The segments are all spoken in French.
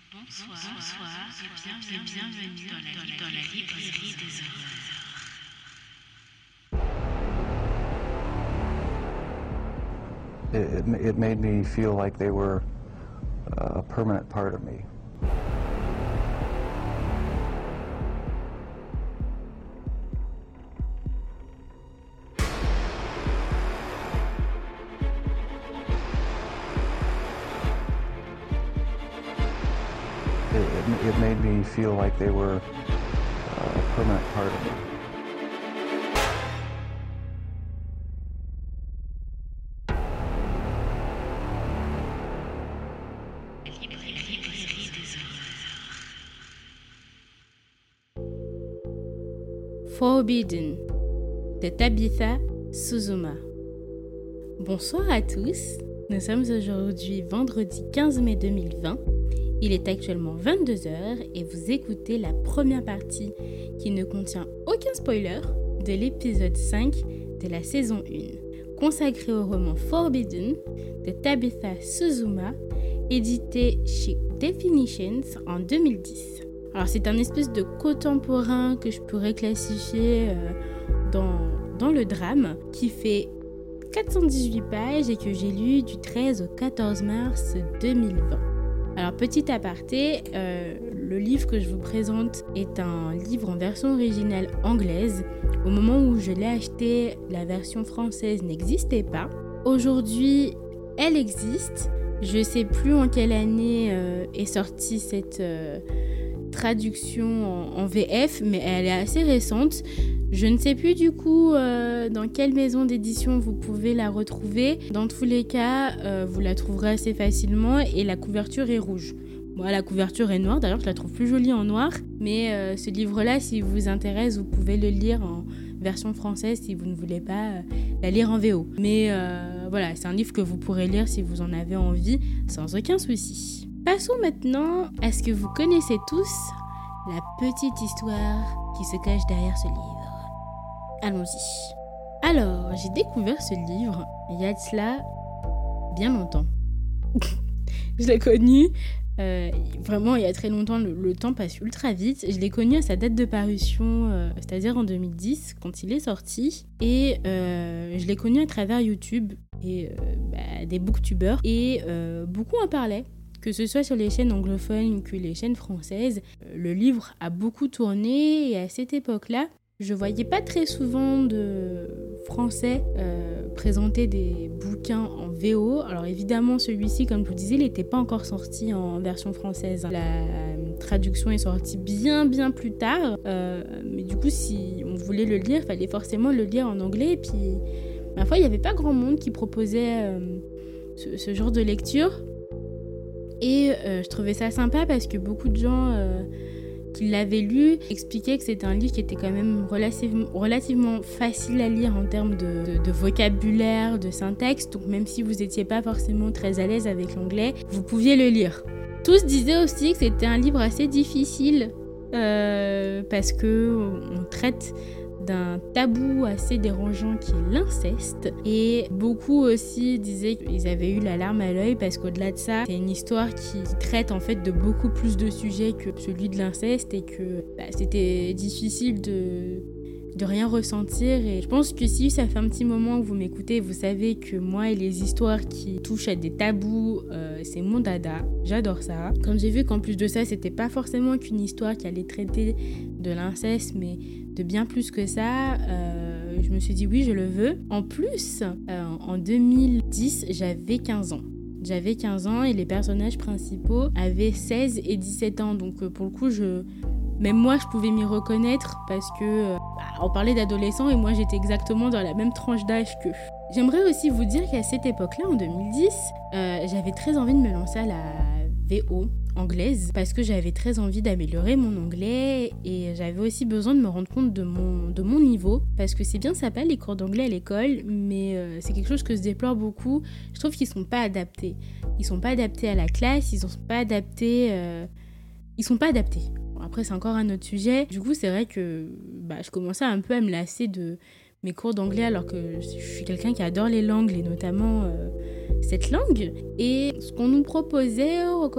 Bonsoir et bienvenue dans la librairie des horreurs. It made me feel like they were a permanent part of me. It made me feel like they were a permanent part of me. Forbidden de Tabitha Suzuma. Bonsoir à tous, nous sommes aujourd'hui vendredi 15 mai 2020. Il est actuellement 22h et vous écoutez la première partie qui ne contient aucun spoiler de l'épisode 5 de la saison 1, consacré au roman Forbidden de Tabitha Suzuma, édité chez Definitions en 2010. Alors c'est un espèce de contemporain que je pourrais classifier dans le drame, qui fait 418 pages et que j'ai lu du 13 au 14 mars 2020. Alors petit aparté, le livre que je vous présente est un livre en version originale anglaise. Au moment où je l'ai acheté, la version française n'existait pas. Aujourd'hui, elle existe. Je ne sais plus en quelle année est sortie cette traduction en VF, mais elle est assez récente. Je ne sais plus du coup dans quelle maison d'édition vous pouvez la retrouver. Dans tous les cas, vous la trouverez assez facilement et la couverture est rouge. Moi, la couverture est noire, d'ailleurs je la trouve plus jolie en noir. Mais ce livre-là, si vous vous intéresse, vous pouvez le lire en version française si vous ne voulez pas la lire en VO. Mais voilà, c'est un livre que vous pourrez lire si vous en avez envie, sans aucun souci. Passons maintenant à ce que vous connaissez tous, la petite histoire qui se cache derrière ce livre. Allons-y. Alors, j'ai découvert ce livre il y a de cela bien longtemps. Je l'ai connu vraiment il y a très longtemps, le temps passe ultra vite. Je l'ai connu à sa date de parution, c'est-à-dire en 2010, quand il est sorti. Et je l'ai connu à travers YouTube et des booktubeurs. Et beaucoup en parlaient. Que ce soit sur les chaînes anglophones que les chaînes françaises, le livre a beaucoup tourné et à cette époque-là, je voyais pas très souvent de Français présenter des bouquins en VO. Alors évidemment, celui-ci, comme je vous disais, il n'était pas encore sorti en version française. La traduction est sortie bien plus tard. Mais du coup, si on voulait le lire, il fallait forcément le lire en anglais. Et puis, ma foi, il n'y avait pas grand monde qui proposait ce genre de lecture. Et je trouvais ça sympa parce que beaucoup de gens qui l'avaient lu expliquaient que c'était un livre qui était quand même relativement facile à lire en termes de vocabulaire, de syntaxe. Donc même si vous n'étiez pas forcément très à l'aise avec l'anglais, vous pouviez le lire. Tous disaient aussi que c'était un livre assez difficile parce qu'on traite d'un tabou assez dérangeant qui est l'inceste. Et beaucoup aussi disaient qu'ils avaient eu la larme à l'œil parce qu'au-delà de ça, c'est une histoire qui traite en fait de beaucoup plus de sujets que celui de l'inceste et que c'était difficile de rien ressentir. Et je pense que si ça fait un petit moment que vous m'écoutez, vous savez que moi et les histoires qui touchent à des tabous, c'est mon dada. J'adore ça. Quand j'ai vu qu'en plus de ça, c'était pas forcément qu'une histoire qui allait traiter de l'inceste, mais de bien plus que ça, je me suis dit oui, je le veux. En plus, en 2010, j'avais 15 ans. J'avais 15 ans et les personnages principaux avaient 16 et 17 ans. Donc pour le coup, même moi, je pouvais m'y reconnaître parce que on parlait d'adolescents et moi, j'étais exactement dans la même tranche d'âge qu'eux. J'aimerais aussi vous dire qu'à cette époque-là, en 2010, j'avais très envie de me lancer à la VO anglaise parce que j'avais très envie d'améliorer mon anglais et j'avais aussi besoin de me rendre compte de mon niveau parce que c'est bien sympa les cours d'anglais à l'école, mais c'est quelque chose que je déplore beaucoup. Je trouve qu'ils sont pas adaptés. Ils sont pas adaptés à la classe, ils sont pas adaptés. Bon, après, c'est encore un autre sujet. Du coup, c'est vrai que je commençais un peu à me lasser de mes cours d'anglais alors que je suis quelqu'un qui adore les langues et notamment cette langue. Et ce qu'on nous proposait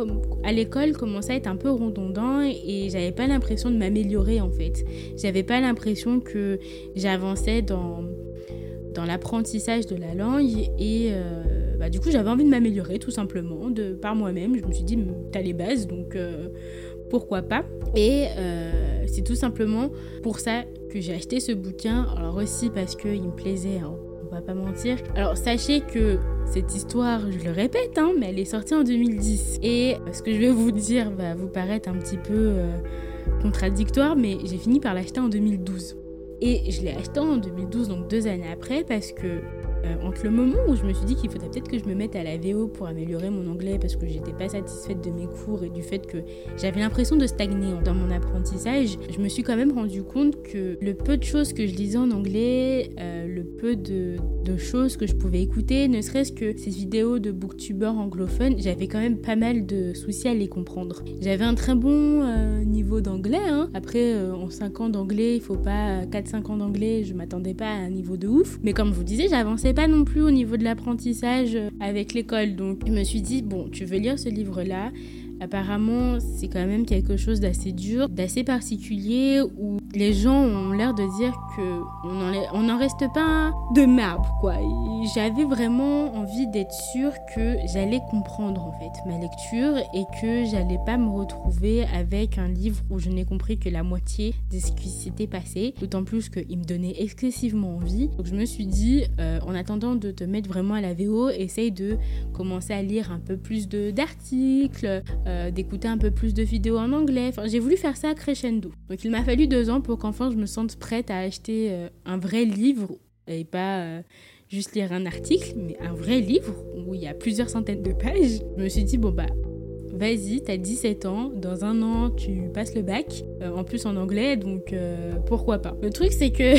à l'école commençait à être un peu redondant et j'avais pas l'impression de m'améliorer en fait. J'avais pas l'impression que j'avançais dans l'apprentissage de la langue et du coup j'avais envie de m'améliorer tout simplement par moi-même. Je me suis dit t'as les bases donc pourquoi pas. Et c'est tout simplement pour ça que j'ai acheté ce bouquin. Alors aussi parce qu'il me plaisait, hein, on va pas mentir. Alors sachez que cette histoire, je le répète, hein, mais elle est sortie en 2010. Et ce que je vais vous dire va vous paraître un petit peu contradictoire, mais j'ai fini par l'acheter en 2012. Et je l'ai acheté en 2012, donc 2 années après, parce que entre le moment où je me suis dit qu'il faudrait peut-être que je me mette à la VO pour améliorer mon anglais parce que j'étais pas satisfaite de mes cours et du fait que j'avais l'impression de stagner dans mon apprentissage, je me suis quand même rendu compte que le peu de choses que je lisais en anglais, le peu de choses que je pouvais écouter, ne serait-ce que ces vidéos de booktubeurs anglophones, j'avais quand même pas mal de soucis à les comprendre. J'avais un très bon niveau d'anglais, hein. Après en 5 ans d'anglais, il faut pas 4-5 ans d'anglais, je m'attendais pas à un niveau de ouf, mais comme je vous disais, j'avançais pas non plus au niveau de l'apprentissage avec l'école. Donc je me suis dit, bon, tu veux lire ce livre-là, apparemment c'est quand même quelque chose d'assez dur, d'assez particulier, où les gens ont l'air de dire qu'on n'en reste pas de marbre, quoi. Et j'avais vraiment envie d'être sûre que j'allais comprendre en fait ma lecture et que j'allais pas me retrouver avec un livre où je n'ai compris que la moitié de ce qui s'était passé, d'autant plus qu'il me donnait excessivement envie. Donc je me suis dit, en attendant de te mettre vraiment à la VO, essaye de commencer à lire un peu plus d'articles, d'écouter un peu plus de vidéos en anglais. Enfin, j'ai voulu faire ça crescendo. Donc il m'a fallu 2 ans pour qu'enfin je me sente prête à acheter un vrai livre et pas juste lire un article, mais un vrai livre où il y a plusieurs centaines de pages. Je me suis dit, bon vas-y, t'as 17 ans, dans 1 an tu passes le bac, en plus en anglais, donc pourquoi pas. Le truc c'est que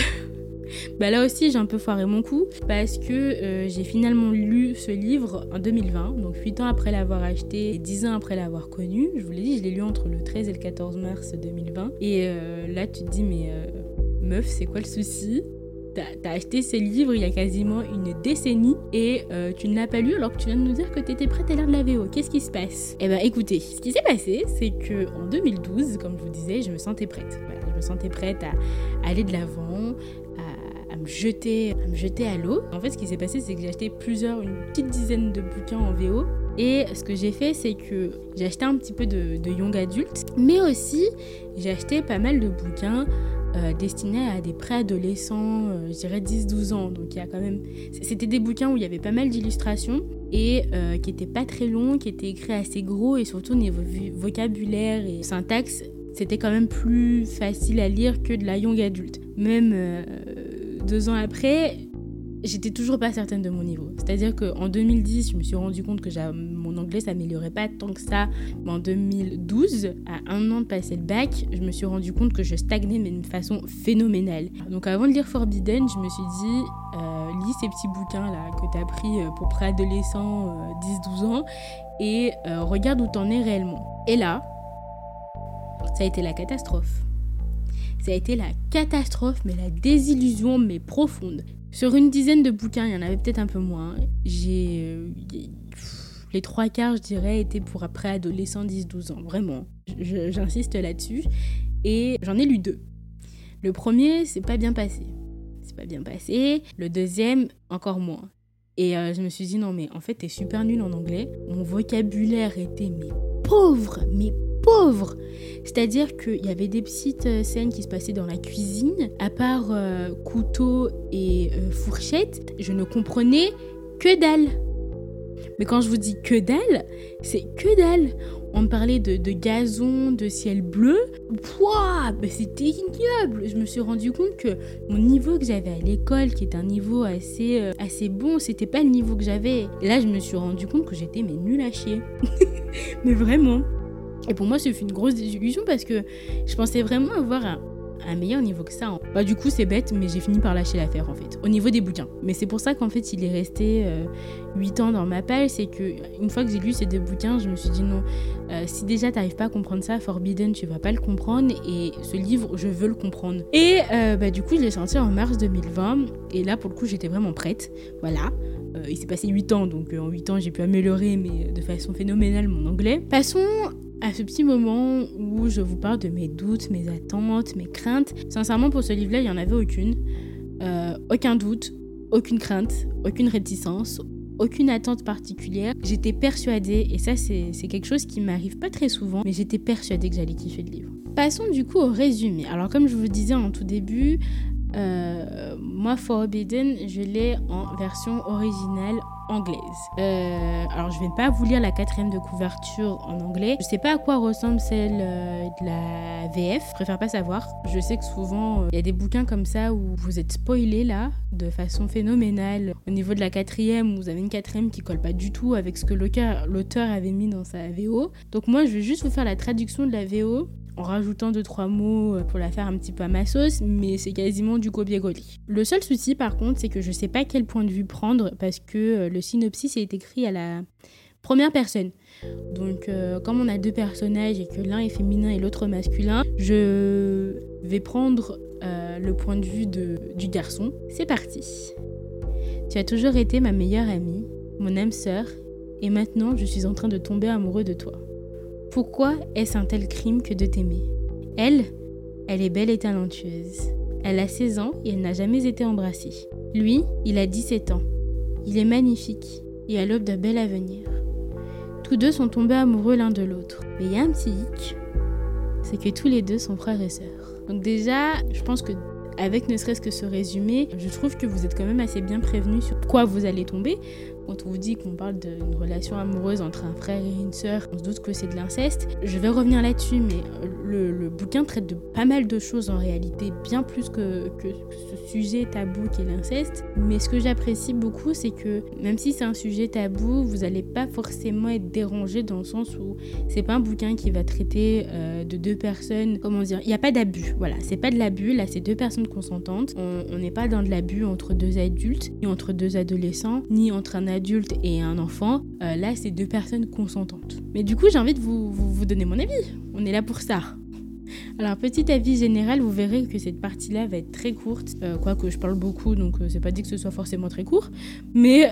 là aussi j'ai un peu foiré mon coup parce que j'ai finalement lu ce livre en 2020, donc 8 ans après l'avoir acheté et 10 ans après l'avoir connu. Je vous l'ai dit, je l'ai lu entre le 13 et le 14 mars 2020 et là tu te dis mais meuf, c'est quoi le souci ? T'as acheté ce livre il y a quasiment une décennie et tu ne l'as pas lu alors que tu viens de nous dire que t'étais prête à lire de la VO. Qu'est-ce qui se passe ? Eh ben écoutez, ce qui s'est passé, c'est que en 2012, comme je vous disais, je me sentais prête. Voilà, je me sentais prête à aller de l'avant, à me jeter à l'eau. En fait, ce qui s'est passé, c'est que j'ai acheté une petite dizaine de bouquins en VO. Et ce que j'ai fait, c'est que j'ai acheté un petit peu de young adult, mais aussi j'ai acheté pas mal de bouquins destinés à des préadolescents, je dirais 10-12 ans. Donc il y a quand même... C'était des bouquins où il y avait pas mal d'illustrations et qui étaient pas très longs, qui étaient écrits assez gros et surtout au niveau vocabulaire et syntaxe, c'était quand même plus facile à lire que de la young adulte. Même 2 ans après, j'étais toujours pas certaine de mon niveau. C'est-à-dire qu'en 2010, je me suis rendu compte que mon anglais s'améliorait pas tant que ça. Mais en 2012, à 1 an de passer le bac, je me suis rendu compte que je stagnais mais d'une façon phénoménale. Donc avant de lire Forbidden, je me suis dit, lis ces petits bouquins là que t'as pris pour préadolescents 10-12 ans et regarde où t'en es réellement. Et là, ça a été la catastrophe. Ça a été la catastrophe, mais la désillusion, mais profonde. Sur une dizaine de bouquins, il y en avait peut-être un peu moins. Les 3 quarts, je dirais, étaient pour préadolescents 10-12 ans. Vraiment, j'insiste là-dessus. Et j'en ai lu 2. Le premier, c'est pas bien passé. Le deuxième, encore moins. Et je me suis dit, non mais en fait, t'es super nulle en anglais. Mon vocabulaire était pauvre. C'est-à-dire qu'il y avait des petites scènes qui se passaient dans la cuisine. À part couteau et fourchette, je ne comprenais que dalle. Mais quand je vous dis que dalle, c'est que dalle. On me parlait de gazon, de ciel bleu. Pouah, c'était ignoble. Je me suis rendu compte que mon niveau que j'avais à l'école, qui est un niveau assez bon, c'était pas le niveau que j'avais. Et là, je me suis rendu compte que j'étais nulle à chier. Mais vraiment. Et pour moi, ce fut une grosse désillusion parce que je pensais vraiment avoir un meilleur niveau que ça. Bah du coup c'est bête, mais j'ai fini par lâcher l'affaire en fait, au niveau des bouquins. Mais c'est pour ça qu'en fait il est resté 8 ans dans ma palle, c'est que une fois que j'ai lu ces 2 bouquins, je me suis dit non, si déjà t'arrives pas à comprendre ça, Forbidden tu vas pas le comprendre, et ce livre je veux le comprendre. Et du coup je l'ai sorti en mars 2020, et là pour le coup j'étais vraiment prête, voilà. Il s'est passé 8 ans, donc en 8 ans j'ai pu améliorer de façon phénoménale mon anglais. Passons à ce petit moment où je vous parle de mes doutes, mes attentes, mes craintes. Sincèrement, pour ce livre-là, il n'y en avait aucune. Aucun doute, aucune crainte, aucune réticence, aucune attente particulière. J'étais persuadée, et ça c'est quelque chose qui m'arrive pas très souvent, mais j'étais persuadée que j'allais kiffer le livre. Passons du coup au résumé. Alors comme je vous disais en tout début, moi Forbidden, je l'ai en version originale anglaise. Alors je vais pas vous lire la 4e de couverture en anglais. Je sais pas à quoi ressemble celle de la VF, je préfère pas savoir. Je sais que souvent il y a des bouquins comme ça où vous êtes spoilés là de façon phénoménale. Au niveau de la 4e, vous avez une 4e qui colle pas du tout avec ce que l'auteur avait mis dans sa VO. Donc moi je vais juste vous faire la traduction de la VO en rajoutant 2-3 mots pour la faire un petit peu à ma sauce, mais c'est quasiment du copier-coller. Le seul souci par contre, c'est que je sais pas quel point de vue prendre, parce que le synopsis est écrit à la première personne. Donc comme on a 2 personnages et que l'un est féminin et l'autre masculin, je vais prendre le point de vue du garçon. C'est parti. Tu as toujours été ma meilleure amie, mon âme sœur, et maintenant je suis en train de tomber amoureux de toi. Pourquoi est-ce un tel crime que de t'aimer ? Elle est belle et talentueuse. Elle a 16 ans et elle n'a jamais été embrassée. Lui, il a 17 ans. Il est magnifique et à l'aube d'un bel avenir. Tous 2 sont tombés amoureux l'un de l'autre. Mais il y a un petit hic, c'est que tous les 2 sont frères et sœurs. Donc déjà, je pense que avec ne serait-ce que ce résumé, je trouve que vous êtes quand même assez bien prévenus sur quoi vous allez tomber. Quand on vous dit qu'on parle d'une relation amoureuse entre un frère et une sœur, on se doute que c'est de l'inceste. Je vais revenir là-dessus, mais le bouquin traite de pas mal de choses en réalité, bien plus que ce sujet tabou qu'est l'inceste. Mais ce que j'apprécie beaucoup, c'est que même si c'est un sujet tabou, vous n'allez pas forcément être dérangé dans le sens où c'est pas un bouquin qui va traiter de 2 personnes, comment dire, il n'y a pas d'abus, voilà, c'est pas de l'abus, là c'est 2 personnes consentantes. On n'est pas dans de l'abus entre 2 adultes, ni entre 2 adolescents, ni entre un adulte et un enfant. Là c'est 2 personnes consentantes. Mais du coup j'ai envie de vous donner mon avis, on est là pour ça. Alors petit avis général, vous verrez que cette partie-là va être très courte, quoique je parle beaucoup, donc c'est pas dit que ce soit forcément très court, mais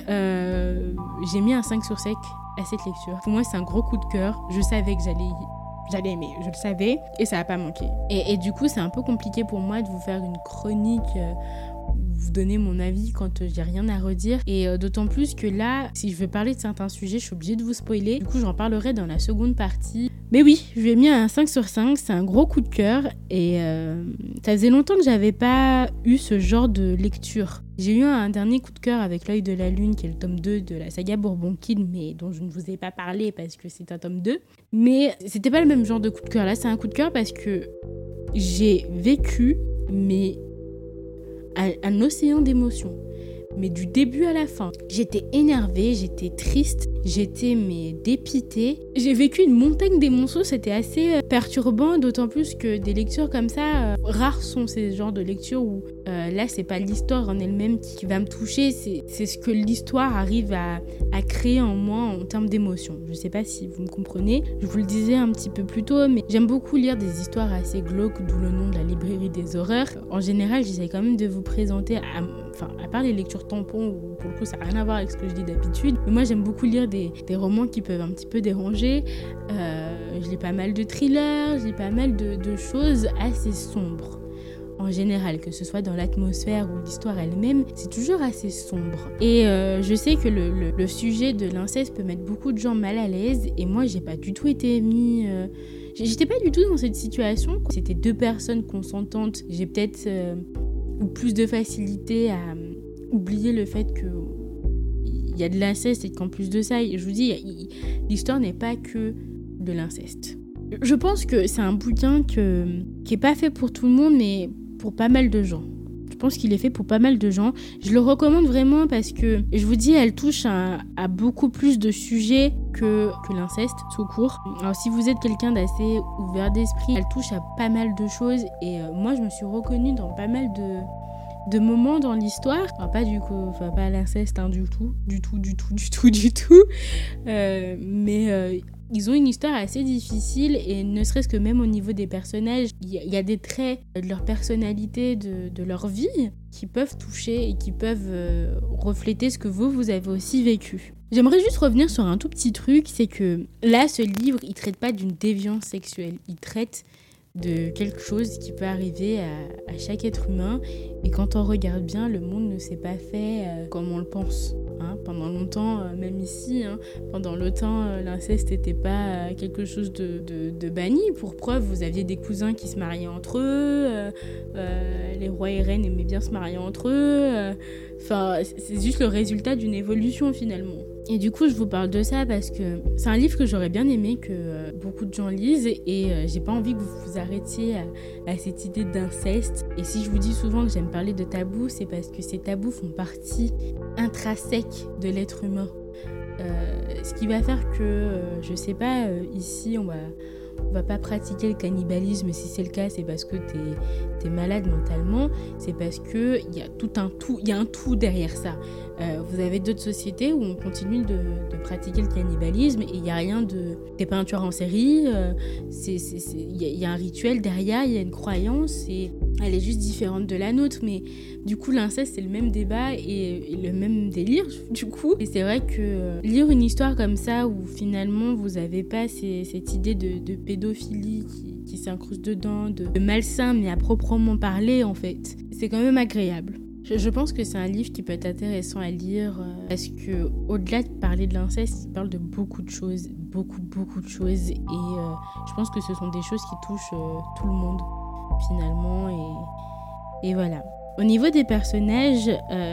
j'ai mis un 5 sur 5 à cette lecture. Pour moi c'est un gros coup de cœur, je savais que j'allais aimer, je le savais, et ça n'a pas manqué. Et du coup c'est un peu compliqué pour moi de vous faire une chronique, vous donner mon avis quand j'ai rien à redire, et d'autant plus que là, si je veux parler de certains sujets, je suis obligée de vous spoiler, du coup j'en parlerai dans la seconde partie. Mais oui, je lui ai mis un 5 sur 5, c'est un gros coup de cœur, et ça faisait longtemps que j'avais pas eu ce genre de lecture. J'ai eu un dernier coup de cœur avec L'œil de la lune, qui est le tome 2 de la saga Bourbon Kid, mais dont je ne vous ai pas parlé parce que c'est un tome 2. Mais c'était pas le même genre de coup de cœur. Là, c'est un coup de cœur parce que j'ai vécu, mais un océan d'émotions. Mais du début à la fin, j'étais énervée, j'étais triste, j'étais dépitée. J'ai vécu une montagne d'émotions, c'était assez perturbant, d'autant plus que des lectures comme ça, rares sont ces genres de lectures où là c'est pas l'histoire en elle-même qui va me toucher, c'est ce que l'histoire arrive à créer en moi en termes d'émotions. Je sais pas si vous me comprenez, je vous le disais un petit peu plus tôt, mais j'aime beaucoup lire des histoires assez glauques, d'où le nom de la librairie des horreurs. En général, j'essaie quand même de vous présenter, à part les lectures tampons, où pour le coup ça n'a rien à voir avec ce que je dis d'habitude, mais moi j'aime beaucoup lire des romans qui peuvent un petit peu déranger. Je lis pas mal de thrillers, je lis pas mal de choses assez sombres. En général, que ce soit dans l'atmosphère ou l'histoire elle-même, c'est toujours assez sombre. Et je sais que le sujet de l'inceste peut mettre beaucoup de gens mal à l'aise, et moi j'ai pas du tout été mis... J'étais pas du tout dans cette situation. C'était 2 personnes consentantes. J'ai peut-être plus de facilité à oublier le fait que il y a de l'inceste et qu'en plus de ça, je vous dis, l'histoire n'est pas que de l'inceste. Je pense que c'est un bouquin qui est pas fait pour tout le monde, mais pour pas mal de gens. Je pense qu'il est fait pour pas mal de gens. Je le recommande vraiment parce que, je vous dis, elle touche à beaucoup plus de sujets que l'inceste tout court. Alors si vous êtes quelqu'un d'assez ouvert d'esprit, elle touche à pas mal de choses et moi je me suis reconnue dans pas mal de moments dans l'histoire. Enfin, pas l'inceste du tout. Mais ils ont une histoire assez difficile et ne serait-ce que même au niveau des personnages, il y a des traits de leur personnalité, de leur vie qui peuvent toucher et qui peuvent refléter ce que vous avez aussi vécu. J'aimerais juste revenir sur un tout petit truc, c'est que là, ce livre, il traite pas d'une déviance sexuelle, il traite de quelque chose qui peut arriver à chaque être humain. Et quand on regarde bien, le monde ne s'est pas fait comme on le pense. Pendant longtemps, même ici, pendant longtemps, l'inceste n'était pas quelque chose de banni. Pour preuve, vous aviez des cousins qui se mariaient entre eux, les rois et reines aimaient bien se marier entre eux. C'est juste le résultat d'une évolution finalement. Et du coup, je vous parle de ça parce que c'est un livre que j'aurais bien aimé que beaucoup de gens lisent et j'ai pas envie que vous vous arrêtiez à cette idée d'inceste. Et si je vous dis souvent que j'aime parler de tabous, c'est parce que ces tabous font partie intrinsèque de l'être humain. Ce qui va faire que, je sais pas, ici on va pas pratiquer le cannibalisme. Si c'est le cas, c'est parce que t'es malade mentalement. C'est parce que il y a un tout derrière ça. Vous avez d'autres sociétés où on continue de pratiquer le cannibalisme et il y a rien t'es pas un tueur en série. Il y a un rituel derrière, il y a une croyance et elle est juste différente de la nôtre. Mais du coup, l'inceste, c'est le même débat et le même délire du coup. Et c'est vrai que lire une histoire comme ça où finalement vous avez pas cette idée de pédophilie qui s'incruste dedans, de malsain mais à proprement parler en fait, c'est quand même agréable. Je pense que c'est un livre qui peut être intéressant à lire parce que au-delà de parler de l'inceste, il parle de beaucoup de choses, beaucoup de choses et je pense que ce sont des choses qui touchent tout le monde finalement et voilà. Au niveau des personnages,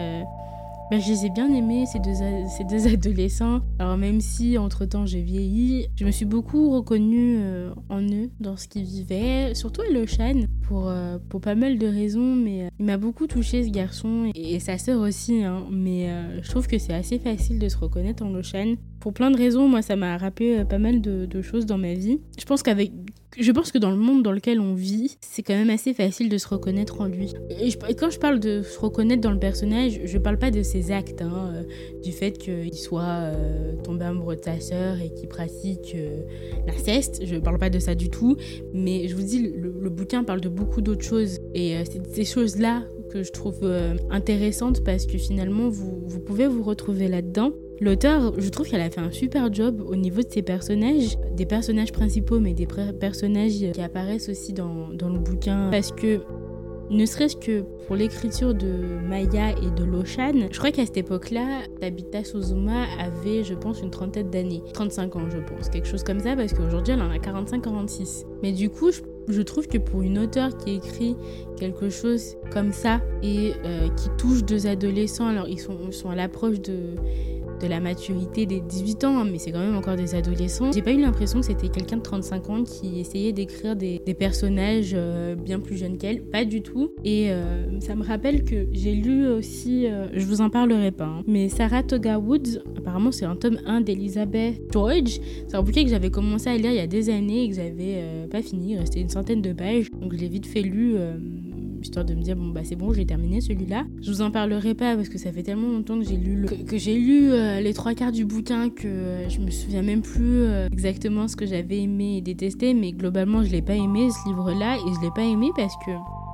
je les ai bien aimés, ces deux adolescents. Alors même si entre-temps j'ai vieilli, je me suis beaucoup reconnue en eux, dans ce qu'ils vivaient. Surtout à Loshan, pour pas mal de raisons, mais il m'a beaucoup touchée ce garçon et sa sœur aussi. Mais je trouve que c'est assez facile de se reconnaître en Loshan. Pour plein de raisons, moi ça m'a rappelé pas mal de choses dans ma vie. Je pense que dans le monde dans lequel on vit, c'est quand même assez facile de se reconnaître en lui. Et quand je parle de se reconnaître dans le personnage, je parle pas de ses actes, du fait qu'il soit tombé amoureux de sa sœur et qu'il pratique l'inceste. Je parle pas de ça du tout, mais je vous dis, le bouquin parle de beaucoup d'autres choses. Et c'est ces choses-là que je trouve intéressantes parce que finalement, vous pouvez vous retrouver là-dedans. L'auteur, je trouve qu'elle a fait un super job au niveau de ses personnages, des personnages principaux, mais des personnages qui apparaissent aussi dans le bouquin. Parce que, ne serait-ce que pour l'écriture de Maya et de Loshan, je crois qu'à cette époque-là, Tabitha Suzuma avait, je pense, une trentaine d'années. 35 ans, je pense. Quelque chose comme ça, parce qu'aujourd'hui, elle en a 45-46. Mais du coup, je trouve que pour une auteure qui écrit quelque chose comme ça et qui touche deux adolescents, alors ils sont à l'approche de la maturité des 18 ans, mais c'est quand même encore des adolescents. J'ai pas eu l'impression que c'était quelqu'un de 35 ans qui essayait d'écrire des personnages bien plus jeunes qu'elle, pas du tout. Et ça me rappelle que j'ai lu aussi, je vous en parlerai pas, mais Saratoga Woods, apparemment c'est un tome 1 d'Elizabeth George. C'est un bouquin que j'avais commencé à lire il y a des années et que j'avais pas fini, il restait une centaine de pages, donc je l'ai vite fait lu histoire de me dire c'est bon, j'ai terminé celui-là. Je vous en parlerai pas parce que ça fait tellement longtemps que j'ai lu les 3/4 du bouquin que je me souviens même plus exactement ce que j'avais aimé et détesté, mais globalement je l'ai pas aimé ce livre-là et je l'ai pas aimé parce que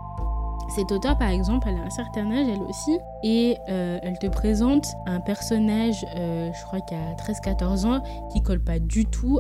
cet auteur, par exemple, elle a un certain âge, elle aussi, et elle te présente un personnage, je crois qu'il a 13-14 ans, qui colle pas du tout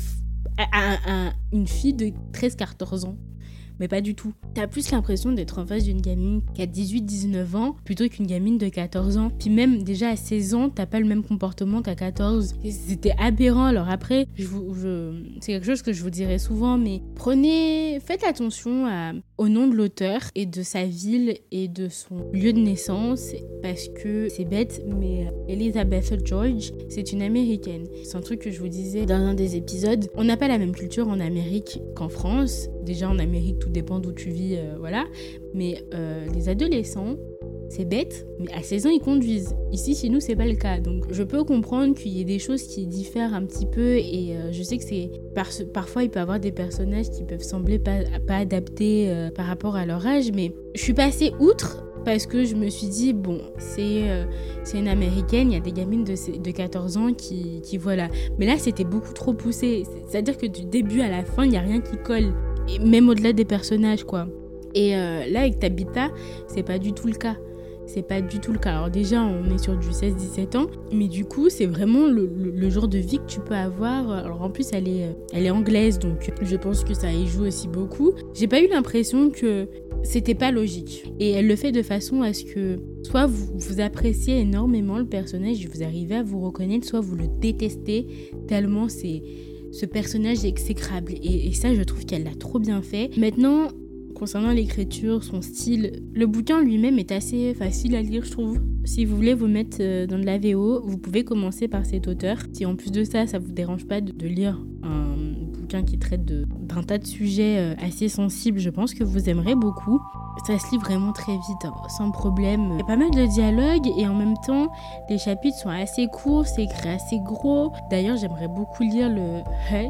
à une fille de 13-14 ans. Mais pas du tout. T'as plus l'impression d'être en face d'une gamine qui a 18-19 ans plutôt qu'une gamine de 14 ans. Puis même déjà à 16 ans, t'as pas le même comportement qu'à 14. Et c'était aberrant. Alors après, c'est quelque chose que je vous dirais souvent, mais faites attention au nom de l'auteur et de sa ville et de son lieu de naissance, parce que c'est bête, mais Elizabeth George, c'est une Américaine. C'est un truc que je vous disais dans un des épisodes. On n'a pas la même culture en Amérique qu'en France. Déjà en Amérique, tout dépend d'où tu vis, voilà. Mais les adolescents, c'est bête, mais à 16 ans, ils conduisent. Ici, chez nous, c'est pas le cas. Donc, je peux comprendre qu'il y ait des choses qui diffèrent un petit peu. Et je sais que c'est... Parfois, il peut y avoir des personnages qui peuvent sembler pas adaptés par rapport à leur âge. Mais je suis passée outre parce que je me suis dit, bon, c'est une Américaine, il y a des gamines de 14 ans qui voilà. Mais là, c'était beaucoup trop poussé. C'est-à-dire que du début à la fin, il n'y a rien qui colle. Et même au-delà des personnages, quoi. Et là, avec Tabitha, c'est pas du tout le cas. C'est pas du tout le cas. Alors déjà, on est sur du 16-17 ans, mais du coup, c'est vraiment le genre de vie que tu peux avoir. Alors en plus, elle est anglaise, donc je pense que ça y joue aussi beaucoup. J'ai pas eu l'impression que c'était pas logique. Et elle le fait de façon à ce que soit vous appréciez énormément le personnage, vous arrivez à vous reconnaître, soit vous le détestez tellement ce personnage est exécrable. Et ça, je trouve qu'elle l'a trop bien fait. Maintenant, concernant l'écriture, son style, le bouquin lui-même est assez facile à lire, je trouve. Si vous voulez vous mettre dans de la VO, vous pouvez commencer par cet auteur. Si en plus de ça vous dérange pas de lire un bouquin qui traite d'un tas de sujets assez sensibles, je pense que vous aimerez beaucoup. Ça se lit vraiment très vite, hein, sans problème. Il y a pas mal de dialogues et en même temps, les chapitres sont assez courts, c'est écrit assez gros. D'ailleurs, j'aimerais beaucoup lire le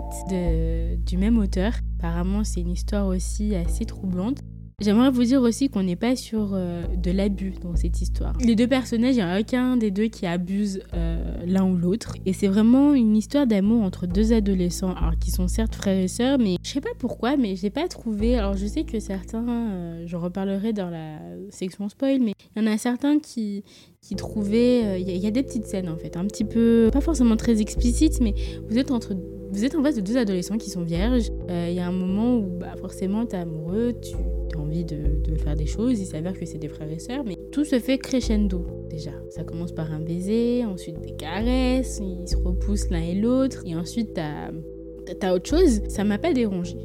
Hut du même auteur. Apparemment, c'est une histoire aussi assez troublante. J'aimerais vous dire aussi qu'on n'est pas sur de l'abus dans cette histoire. Les deux personnages, il n'y a aucun des deux qui abuse l'un ou l'autre. Et c'est vraiment une histoire d'amour entre deux adolescents, alors qui sont certes frères et sœurs, mais je sais pas pourquoi, mais je l'ai pas trouvé. Alors je sais que certains, j'en reparlerai dans la section spoil, mais il y en a certains qui trouvaient... Il y a des petites scènes en fait, un petit peu, pas forcément très explicites, mais vous êtes en face de deux adolescents qui sont vierges. Il y a un moment où forcément t'es amoureux, tu as envie de faire des choses. Il s'avère que c'est des frères et sœurs, mais tout se fait crescendo déjà. Ça commence par un baiser, ensuite des caresses, ils se repoussent l'un et l'autre, et ensuite t'as autre chose. Ça m'a pas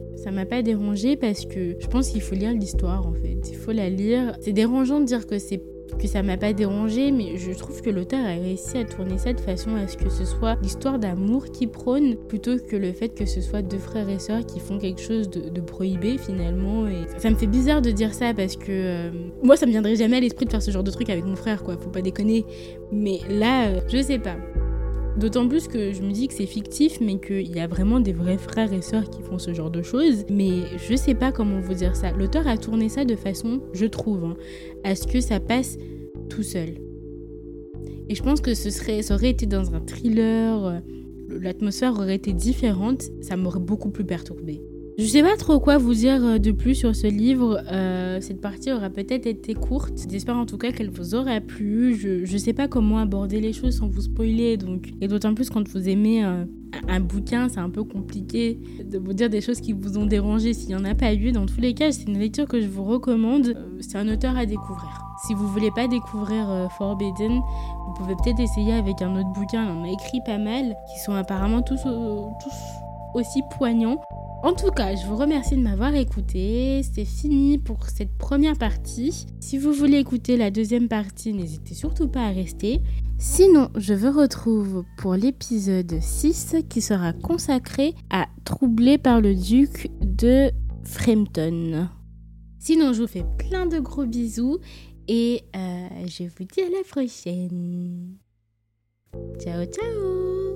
dérangé parce que je pense qu'il faut lire l'histoire en fait. Il faut la lire. C'est dérangeant de dire que ça m'a pas dérangé, mais je trouve que l'auteur a réussi à tourner ça de façon à ce que ce soit l'histoire d'amour qui prône, plutôt que le fait que ce soit deux frères et sœurs qui font quelque chose de prohibé finalement. Et ça me fait bizarre de dire ça parce que moi ça me viendrait jamais à l'esprit de faire ce genre de truc avec mon frère, quoi, faut pas déconner. Mais là, je sais pas. D'autant plus que je me dis que c'est fictif, mais qu'il y a vraiment des vrais frères et sœurs qui font ce genre de choses. Mais je sais pas comment vous dire ça. L'auteur a tourné ça de façon, je trouve, à ce que ça passe tout seul. Et je pense que ça aurait été dans un thriller, l'atmosphère aurait été différente, ça m'aurait beaucoup plus perturbée. Je sais pas trop quoi vous dire de plus sur ce livre. Cette partie aura peut-être été courte. J'espère en tout cas qu'elle vous aura plu. Je sais pas comment aborder les choses sans vous spoiler. Et d'autant plus quand vous aimez un bouquin, c'est un peu compliqué de vous dire des choses qui vous ont dérangé s'il n'y en a pas eu. Dans tous les cas, c'est une lecture que je vous recommande. C'est un auteur à découvrir. Si vous voulez pas découvrir Forbidden, vous pouvez peut-être essayer avec un autre bouquin. On a écrit pas mal, qui sont apparemment tous aussi poignants. En tout cas, je vous remercie de m'avoir écouté. C'est fini pour cette première partie. Si vous voulez écouter la deuxième partie, n'hésitez surtout pas à rester. Sinon, je vous retrouve pour l'épisode 6 qui sera consacré à Troublé par le duc de Frampton. Sinon, je vous fais plein de gros bisous et je vous dis à la prochaine. Ciao, ciao.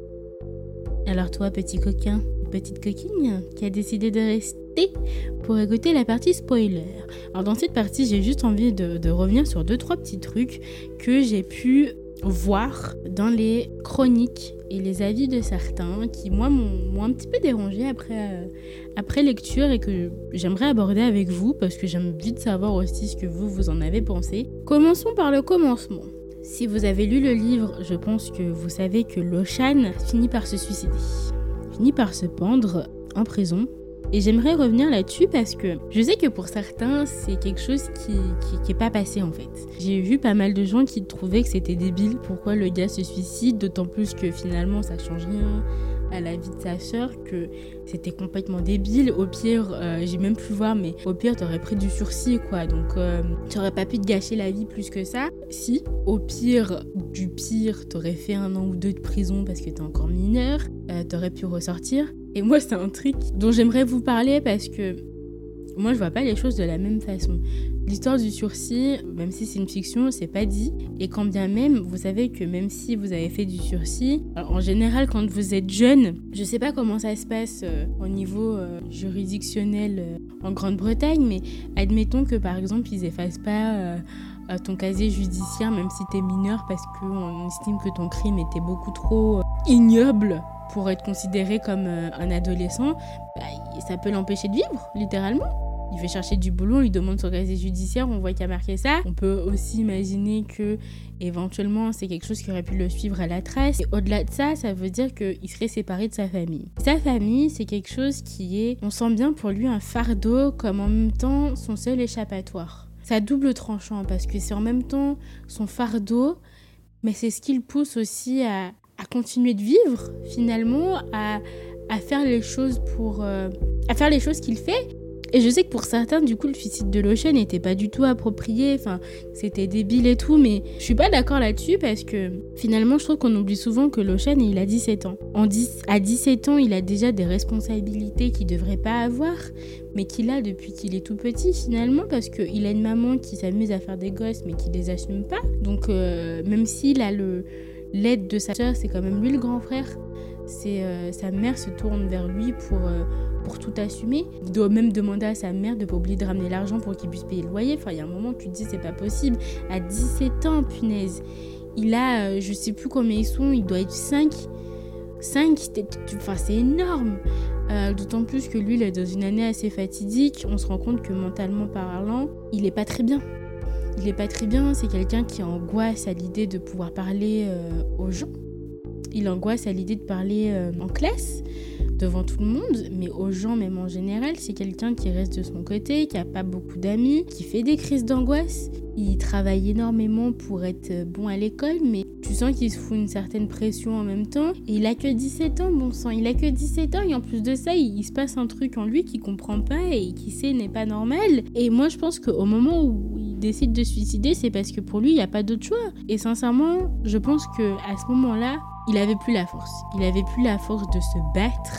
Alors toi, petit coquin, petite coquine qui a décidé de rester pour écouter la partie spoiler. Alors dans cette partie, j'ai juste envie de revenir sur 2-3 petits trucs que j'ai pu voir dans les chroniques et les avis de certains qui, moi, m'ont un petit peu dérangé après lecture et que j'aimerais aborder avec vous parce que j'aime vite savoir aussi ce que vous en avez pensé. Commençons par le commencement. Si vous avez lu le livre, je pense que vous savez que Loshan finit par se suicider, finit par se pendre en prison. Et j'aimerais revenir là-dessus parce que je sais que pour certains, c'est quelque chose qui est pas passé en fait. J'ai vu pas mal de gens qui trouvaient que c'était débile pourquoi le gars se suicide, d'autant plus que finalement ça change rien à la vie de sa sœur que c'était complètement débile. Au pire, j'ai même pu voir, mais au pire, t'aurais pris du sursis, quoi. Donc, t'aurais pas pu te gâcher la vie plus que ça. Si, au pire du pire, t'aurais fait 1 an ou 2 de prison parce que t'es encore mineur, t'aurais pu ressortir. Et moi, c'est un truc dont j'aimerais vous parler parce que moi, je vois pas les choses de la même façon. L'histoire du sursis, même si c'est une fiction, c'est pas dit. Et quand bien même, vous savez que même si vous avez fait du sursis, en général, quand vous êtes jeune, je sais pas comment ça se passe au niveau juridictionnel en Grande-Bretagne, mais admettons que par exemple, ils effacent pas ton casier judiciaire, même si t'es mineur, parce qu'on estime que ton crime était beaucoup trop ignoble pour être considéré comme un adolescent, ça peut l'empêcher de vivre, littéralement. Il fait chercher du boulot, on lui demande son casier judiciaire, on voit qu'il y a marqué ça. On peut aussi imaginer que éventuellement c'est quelque chose qui aurait pu le suivre à la trace. Et au-delà de ça, ça veut dire qu'il serait séparé de sa famille. Sa famille, c'est quelque chose qui est, on sent bien pour lui, un fardeau, comme en même temps son seul échappatoire. C'est à double tranchant parce que c'est en même temps son fardeau, mais c'est ce qui le pousse aussi à continuer de vivre finalement, à faire les choses à faire les choses qu'il fait. Et je sais que pour certains, du coup, le suicide de l'Ocean n'était pas du tout approprié, enfin, c'était débile et tout, mais je suis pas d'accord là-dessus parce que finalement, je trouve qu'on oublie souvent que l'Ocean, il a 17 ans. À 17 ans, il a déjà des responsabilités qu'il devrait pas avoir, mais qu'il a depuis qu'il est tout petit finalement, parce qu'il a une maman qui s'amuse à faire des gosses, mais qui les assume pas. Donc, même s'il a l'aide de sa sœur, c'est quand même lui le grand frère. Sa mère se tourne vers lui pour tout assumer. Il doit même demander à sa mère de ne pas oublier de ramener l'argent pour qu'il puisse payer le loyer. Enfin, il y a un moment où tu te dis c'est pas possible. À 17 ans, punaise. Il a, je sais plus combien ils sont, il doit être 5. 5, c'est énorme. D'autant plus que lui, il est dans une année assez fatidique. On se rend compte que mentalement parlant, il est pas très bien. Il est pas très bien, c'est quelqu'un qui angoisse à l'idée de pouvoir parler aux gens. Il angoisse à l'idée de parler en classe, devant tout le monde, mais aux gens même en général. C'est quelqu'un qui reste de son côté, qui n'a pas beaucoup d'amis, qui fait des crises d'angoisse. Il travaille énormément pour être bon à l'école, mais tu sens qu'il se fout une certaine pression en même temps. Et il a que 17 ans, bon sang, il a que 17 ans, et en plus de ça, il se passe un truc en lui qu'il comprend pas et qui sait n'est pas normal. Et moi, je pense qu'au moment où il décide de se suicider, c'est parce que pour lui, il n'y a pas d'autre choix. Et sincèrement, je pense qu'à ce moment-là, il avait plus la force. Il avait plus la force de se battre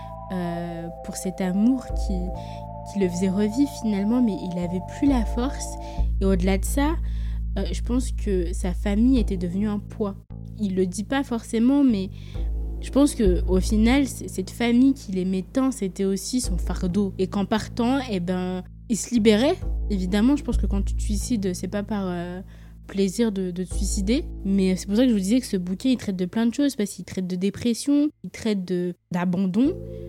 pour cet amour qui le faisait revivre finalement, mais il avait plus la force. Et au-delà de ça, je pense que sa famille était devenue un poids. Il le dit pas forcément, mais je pense qu'au final, cette famille qu'il aimait tant, c'était aussi son fardeau. Et qu'en partant, il se libérait. Évidemment, je pense que quand tu te suicides, c'est pas par plaisir de te suicider, mais c'est pour ça que je vous disais que ce bouquin il traite de plein de choses, parce qu'il traite de dépression, il traite d'abandon,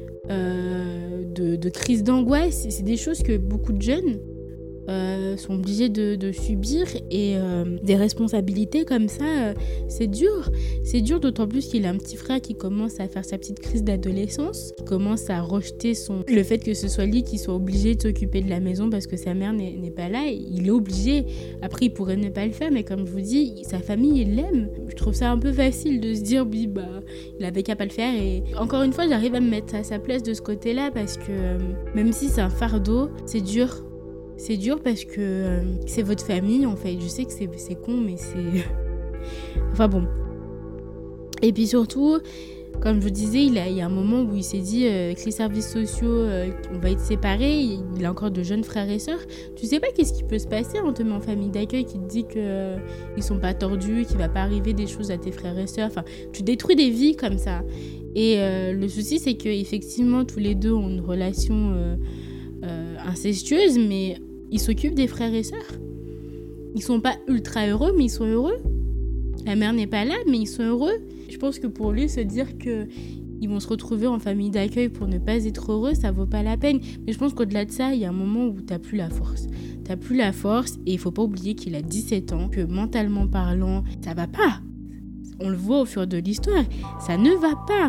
de crise d'angoisse. C'est des choses que beaucoup de jeunes sont obligés de subir, et des responsabilités comme ça, c'est dur d'autant plus qu'il a un petit frère qui commence à faire sa petite crise d'adolescence, qui commence à rejeter le fait que ce soit lui qui soit obligé de s'occuper de la maison parce que sa mère n'est pas là. Il est obligé. Après, il pourrait ne pas le faire, mais comme je vous dis, sa famille, il l'aime. Je trouve ça un peu facile de se dire oui, il avait qu'à pas le faire. Et encore une fois, j'arrive à me mettre à sa place de ce côté-là, parce que même si c'est un fardeau, c'est dur. C'est dur parce que c'est votre famille, en fait. Je sais que c'est con, mais c'est... Enfin bon. Et puis surtout, comme je vous disais, il y a un moment où il s'est dit avec les services sociaux, on va être séparés. Il a encore de jeunes frères et sœurs. Tu sais pas qu'est-ce qui peut se passer. On te met en famille d'accueil qui te dit qu'ils sont pas tordus, qu'il va pas arriver des choses à tes frères et sœurs. Enfin, tu détruis des vies comme ça. Et le souci, c'est qu'effectivement, tous les deux ont une relation incestueuse, mais ils s'occupent des frères et sœurs. Ils sont pas ultra heureux, mais ils sont heureux. La mère n'est pas là, mais ils sont heureux. Je pense que pour lui, se dire qu'ils vont se retrouver en famille d'accueil pour ne pas être heureux, ça vaut pas la peine. Mais je pense qu'au-delà de ça, il y a un moment où t'as plus la force. T'as plus la force, et il faut pas oublier qu'il a 17 ans, que mentalement parlant, ça va pas. On le voit au fur de l'histoire, ça ne va pas.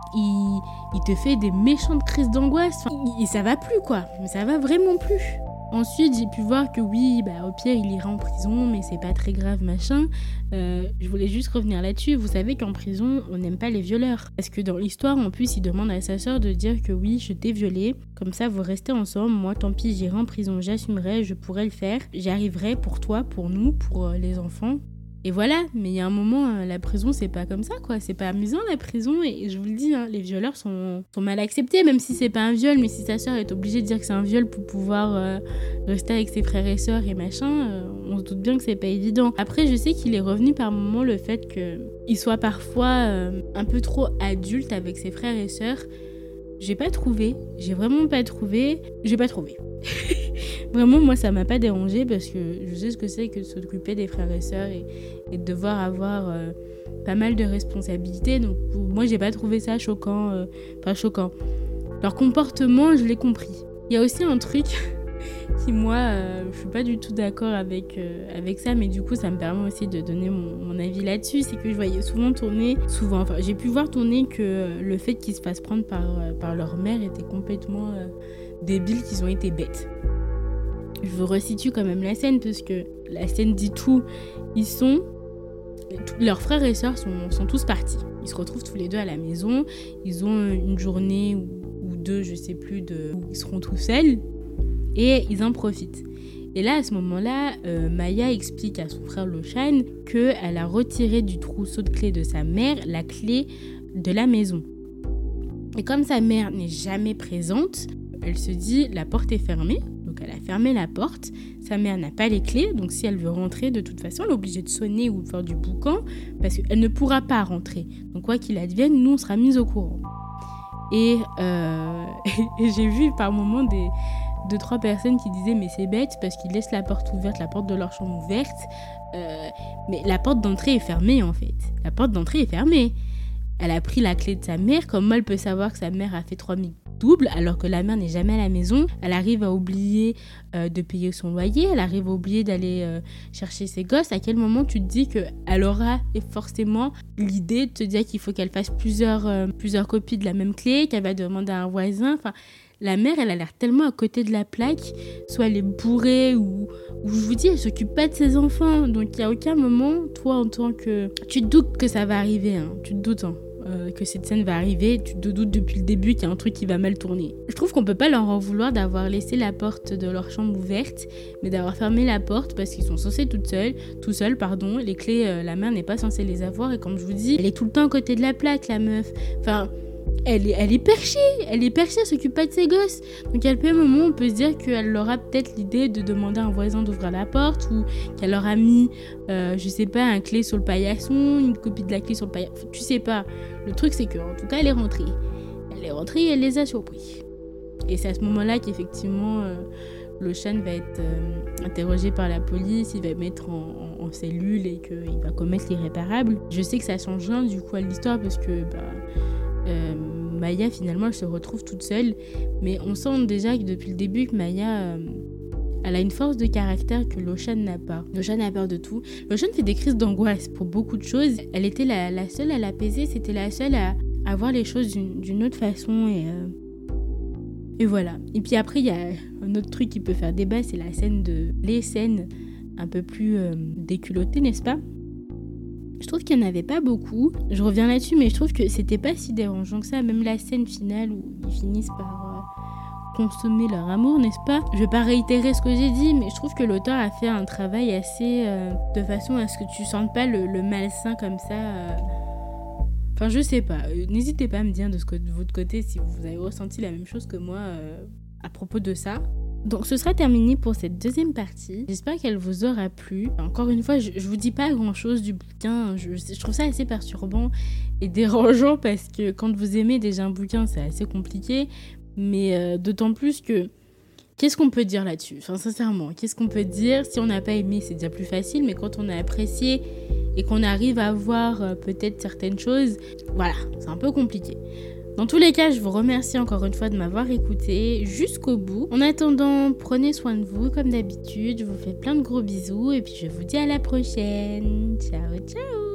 Il te fait des méchantes crises d'angoisse. Et ça va plus, quoi. Mais ça va vraiment plus. Ensuite, j'ai pu voir que oui, au pire, il ira en prison, mais c'est pas très grave, machin. Je voulais juste revenir là-dessus. Vous savez qu'en prison, on n'aime pas les violeurs. Parce que dans l'histoire, en plus, il demande à sa sœur de dire que oui, je t'ai violée. Comme ça, vous restez ensemble. Moi, tant pis, j'irai en prison, j'assumerai, je pourrai le faire. J'y arriverai pour toi, pour nous, pour les enfants. Et voilà, mais il y a un moment, la prison, c'est pas comme ça, quoi. C'est pas amusant, la prison. Et je vous le dis, les violeurs sont mal acceptés, même si c'est pas un viol. Mais si sa sœur est obligée de dire que c'est un viol pour pouvoir rester avec ses frères et sœurs et machin, on se doute bien que c'est pas évident. Après, je sais qu'il est revenu par moments le fait qu'il soit parfois un peu trop adulte avec ses frères et sœurs. J'ai pas trouvé. J'ai vraiment pas trouvé. J'ai pas trouvé. Vraiment, moi, ça m'a pas dérangé parce que je sais ce que c'est que de s'occuper des frères et sœurs et de devoir avoir pas mal de responsabilités. Donc, moi, j'ai pas trouvé ça choquant. Pas choquant. Leur comportement, je l'ai compris. Il y a aussi un truc qui, moi, je suis pas du tout d'accord avec ça, mais du coup, ça me permet aussi de donner mon avis là-dessus. C'est que je voyais j'ai pu voir tourner que le fait qu'ils se fassent prendre par leur mère était complètement débile, qu'ils ont été bêtes. Je vous resitue quand même la scène parce que la scène dit tout. Leurs frères et sœurs sont tous partis. Ils se retrouvent tous les deux à la maison. Ils ont une journée ou deux, je sais plus, où ils seront tout seuls et ils en profitent. Et là, à ce moment-là, Maya explique à son frère Loshan qu'elle a retiré du trousseau de clés de sa mère la clé de la maison. Et comme sa mère n'est jamais présente, elle se dit la porte est fermée. Donc elle a fermé la porte, sa mère n'a pas les clés, donc si elle veut rentrer, de toute façon, elle est obligée de sonner ou de faire du boucan, parce qu'elle ne pourra pas rentrer. Donc quoi qu'il advienne, nous, on sera mis au courant. Et j'ai vu par moments 2-3 personnes qui disaient mais c'est bête parce qu'ils laissent la porte ouverte, la porte de leur chambre ouverte, mais la porte d'entrée est fermée en fait. La porte d'entrée est fermée. Elle a pris la clé de sa mère, comment elle peut savoir que sa mère a fait 3000 doubles alors que la mère n'est jamais à la maison. Elle arrive à oublier de payer son loyer, elle arrive à oublier d'aller chercher ses gosses. À quel moment tu te dis qu'elle aura forcément l'idée de te dire qu'il faut qu'elle fasse plusieurs copies de la même clé, qu'elle va demander à un voisin. Enfin, la mère, elle a l'air tellement à côté de la plaque, soit elle est bourrée ou je vous dis, elle s'occupe pas de ses enfants. Donc il n'y a aucun moment, toi en tant que... Tu te doutes que ça va arriver, hein. Tu te doutes, hein. Que cette scène va arriver, tu te doutes depuis le début qu'il y a un truc qui va mal tourner. Je trouve qu'on peut pas leur en vouloir d'avoir laissé la porte de leur chambre ouverte, mais d'avoir fermé la porte parce qu'ils sont censés tout seuls. Les clés, la mère n'est pas censée les avoir et comme je vous dis, elle est tout le temps à côté de la plaque, la meuf. Enfin, elle est perchée, elle s'occupe pas de ses gosses. Donc à un moment, on peut se dire qu'elle aura peut-être l'idée de demander à un voisin d'ouvrir la porte ou qu'elle aura mis, je sais pas, un clé sur le paillasson, une copie de la clé sur le paillasson, tu sais pas. Le truc, c'est qu'en tout cas, elle est rentrée. Et elle les a surpris. Et c'est à ce moment-là qu'effectivement, Loshan va être interrogé par la police, il va mettre en cellule et qu'il va commettre l'irréparable. Je sais que ça change rien du coup à l'histoire parce que Maya, finalement, elle se retrouve toute seule. Mais on sent déjà que depuis le début que Maya... elle a une force de caractère que Loshan n'a pas. Loshan a peur de tout. Loshan fait des crises d'angoisse pour beaucoup de choses. Elle était la seule à l'apaiser. C'était la seule à voir les choses d'une autre façon. Et voilà. Et puis après, il y a un autre truc qui peut faire débat. C'est les scènes un peu plus déculottées, n'est-ce pas ? Je trouve qu'il n'y en avait pas beaucoup. Je reviens là-dessus, mais je trouve que c'était pas si dérangeant que ça. Même la scène finale où ils finissent par... consommer leur amour, n'est-ce pas ? Je vais pas réitérer ce que j'ai dit, mais je trouve que l'auteur a fait un travail assez de façon à ce que tu sentes pas le malsain comme ça. Enfin, je sais pas. N'hésitez pas à me dire de votre côté si vous avez ressenti la même chose que moi à propos de ça. Donc ce sera terminé pour cette deuxième partie. J'espère qu'elle vous aura plu. Encore une fois, je vous dis pas grand chose du bouquin. Je trouve ça assez perturbant et dérangeant parce que quand vous aimez déjà un bouquin, c'est assez compliqué. Mais d'autant plus que... Qu'est-ce qu'on peut dire là-dessus ? Enfin, sincèrement, qu'est-ce qu'on peut dire ? Si on n'a pas aimé, c'est déjà plus facile. Mais quand on a apprécié et qu'on arrive à voir peut-être certaines choses, voilà, c'est un peu compliqué. Dans tous les cas, je vous remercie encore une fois de m'avoir écouté jusqu'au bout. En attendant, prenez soin de vous comme d'habitude. Je vous fais plein de gros bisous et puis je vous dis à la prochaine. Ciao, ciao.